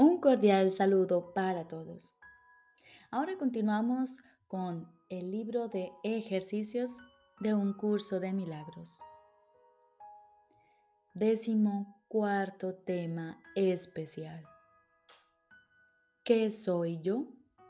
Un cordial saludo para todos. Ahora continuamos con el libro de ejercicios de un curso de milagros. 14º tema especial. ¿Qué soy yo?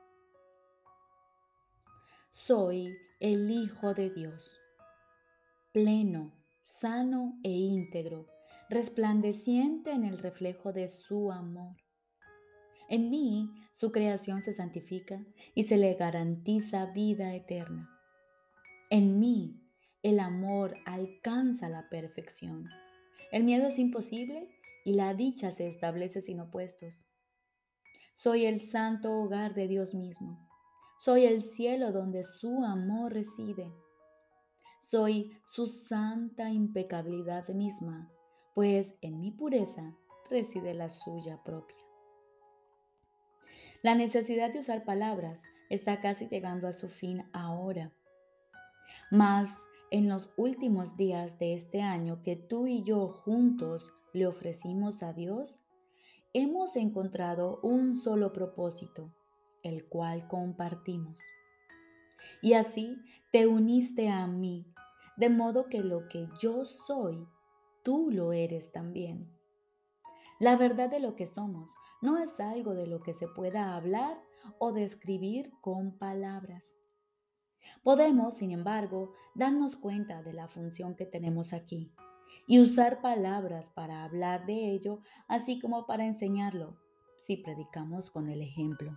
Soy el Hijo de Dios, pleno, sano e íntegro, resplandeciente en el reflejo de su amor. En mí, su creación se santifica y se le garantiza vida eterna. En mí, el amor alcanza la perfección. El miedo es imposible y la dicha se establece sin opuestos. Soy el santo hogar de Dios mismo. Soy el cielo donde su amor reside. Soy su santa impecabilidad misma, pues en mi pureza reside la suya propia. La necesidad de usar palabras está casi llegando a su fin ahora. Mas en los últimos días de este año que tú y yo juntos le ofrecimos a Dios, hemos encontrado un solo propósito, el cual compartimos. Y así te uniste a mí, de modo que lo que yo soy, tú lo eres también. La verdad de lo que somos no es algo de lo que se pueda hablar o describir con palabras. Podemos, sin embargo, darnos cuenta de la función que tenemos aquí y usar palabras para hablar de ello, así como para enseñarlo, si predicamos con el ejemplo.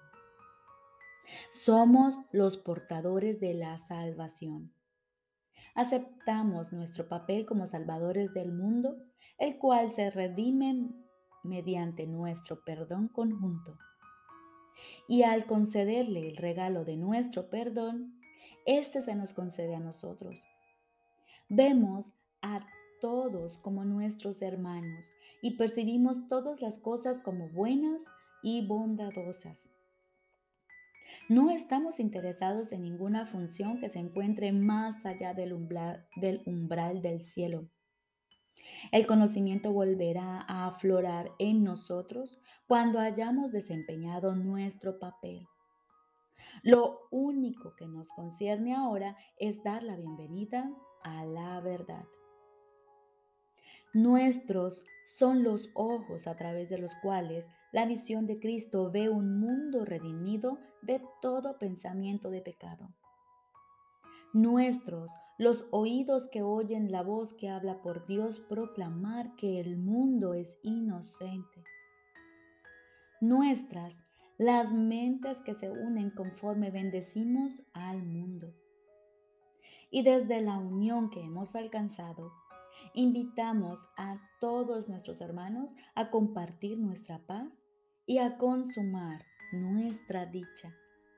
Somos los portadores de la salvación. Aceptamos nuestro papel como salvadores del mundo, el cual se redime mediante nuestro perdón conjunto. Y al concederle el regalo de nuestro perdón, este se nos concede a nosotros. Vemos a todos como nuestros hermanos y percibimos todas las cosas como buenas y bondadosas. No estamos interesados en ninguna función que se encuentre más allá del umbral del cielo. El conocimiento volverá a aflorar en nosotros cuando hayamos desempeñado nuestro papel. Lo único que nos concierne ahora es dar la bienvenida a la verdad. Nuestros son los ojos a través de los cuales la visión de Cristo ve un mundo redimido de todo pensamiento de pecado. Nuestros los oídos que oyen la voz que habla por Dios proclamar que el mundo es inocente. Nuestras las mentes que se unen conforme bendecimos al mundo. Y desde la unión que hemos alcanzado, invitamos a todos nuestros hermanos a compartir nuestra paz y a consumar nuestra dicha.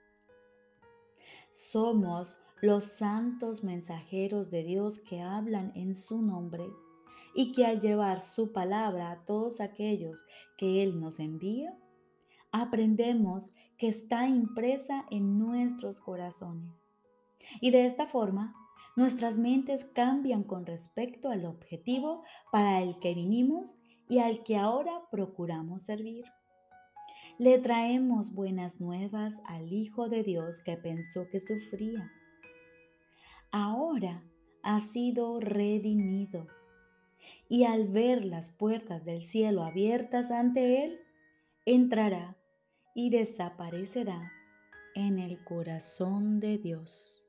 Somos los santos mensajeros de Dios que hablan en su nombre y que al llevar su palabra a todos aquellos que Él nos envía, aprendemos que está impresa en nuestros corazones. Y de esta forma, nuestras mentes cambian con respecto al objetivo para el que vinimos y al que ahora procuramos servir. Le traemos buenas nuevas al Hijo de Dios que pensó que sufría. Ahora ha sido redimido y al ver las puertas del cielo abiertas ante él, entrará y desaparecerá en el corazón de Dios.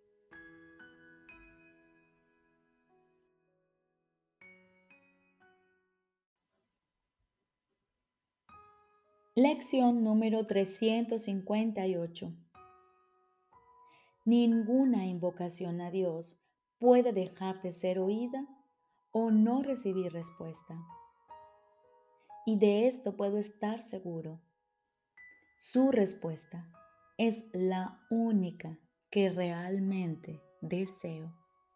Lección número 358. Ninguna invocación a Dios puede dejar de ser oída o no recibir respuesta. Y de esto puedo estar seguro. Su respuesta es la única que realmente deseo.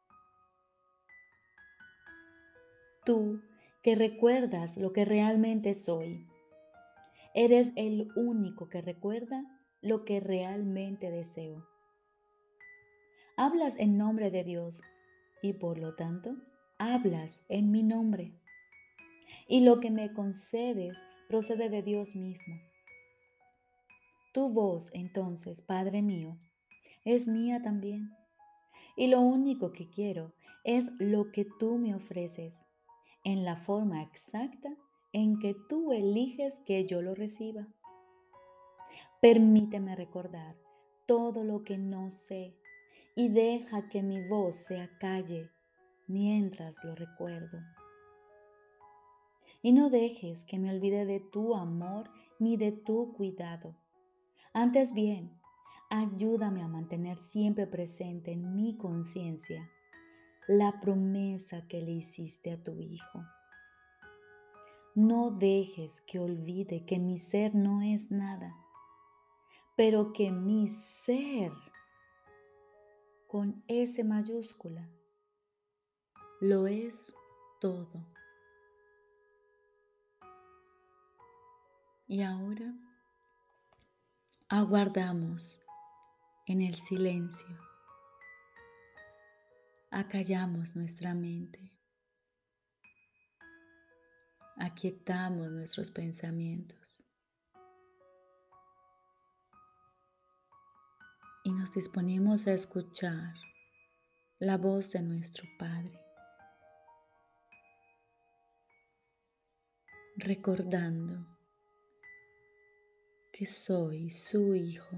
Tú que recuerdas lo que realmente soy, eres el único que recuerda lo que realmente deseo. Hablas en nombre de Dios y por lo tanto hablas en mi nombre. Y lo que me concedes procede de Dios mismo. Tu voz, entonces, Padre mío, es mía también. Y lo único que quiero es lo que tú me ofreces, en la forma exacta en que tú eliges que yo lo reciba. Permíteme recordar todo lo que no sé y deja que mi voz se acalle mientras lo recuerdo. Y no dejes que me olvide de tu amor ni de tu cuidado. Antes bien, ayúdame a mantener siempre presente en mi conciencia la promesa que le hiciste a tu Hijo. No dejes que olvide que mi ser no es nada, pero que mi ser, con S mayúscula, lo es todo. Y ahora aguardamos en el silencio, acallamos nuestra mente, aquietamos nuestros pensamientos y nos disponemos a escuchar la voz de nuestro Padre, recordando que soy su Hijo.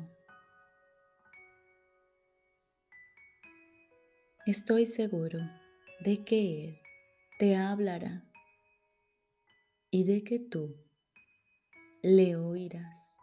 Estoy seguro de que Él te hablará y de que tú le oirás.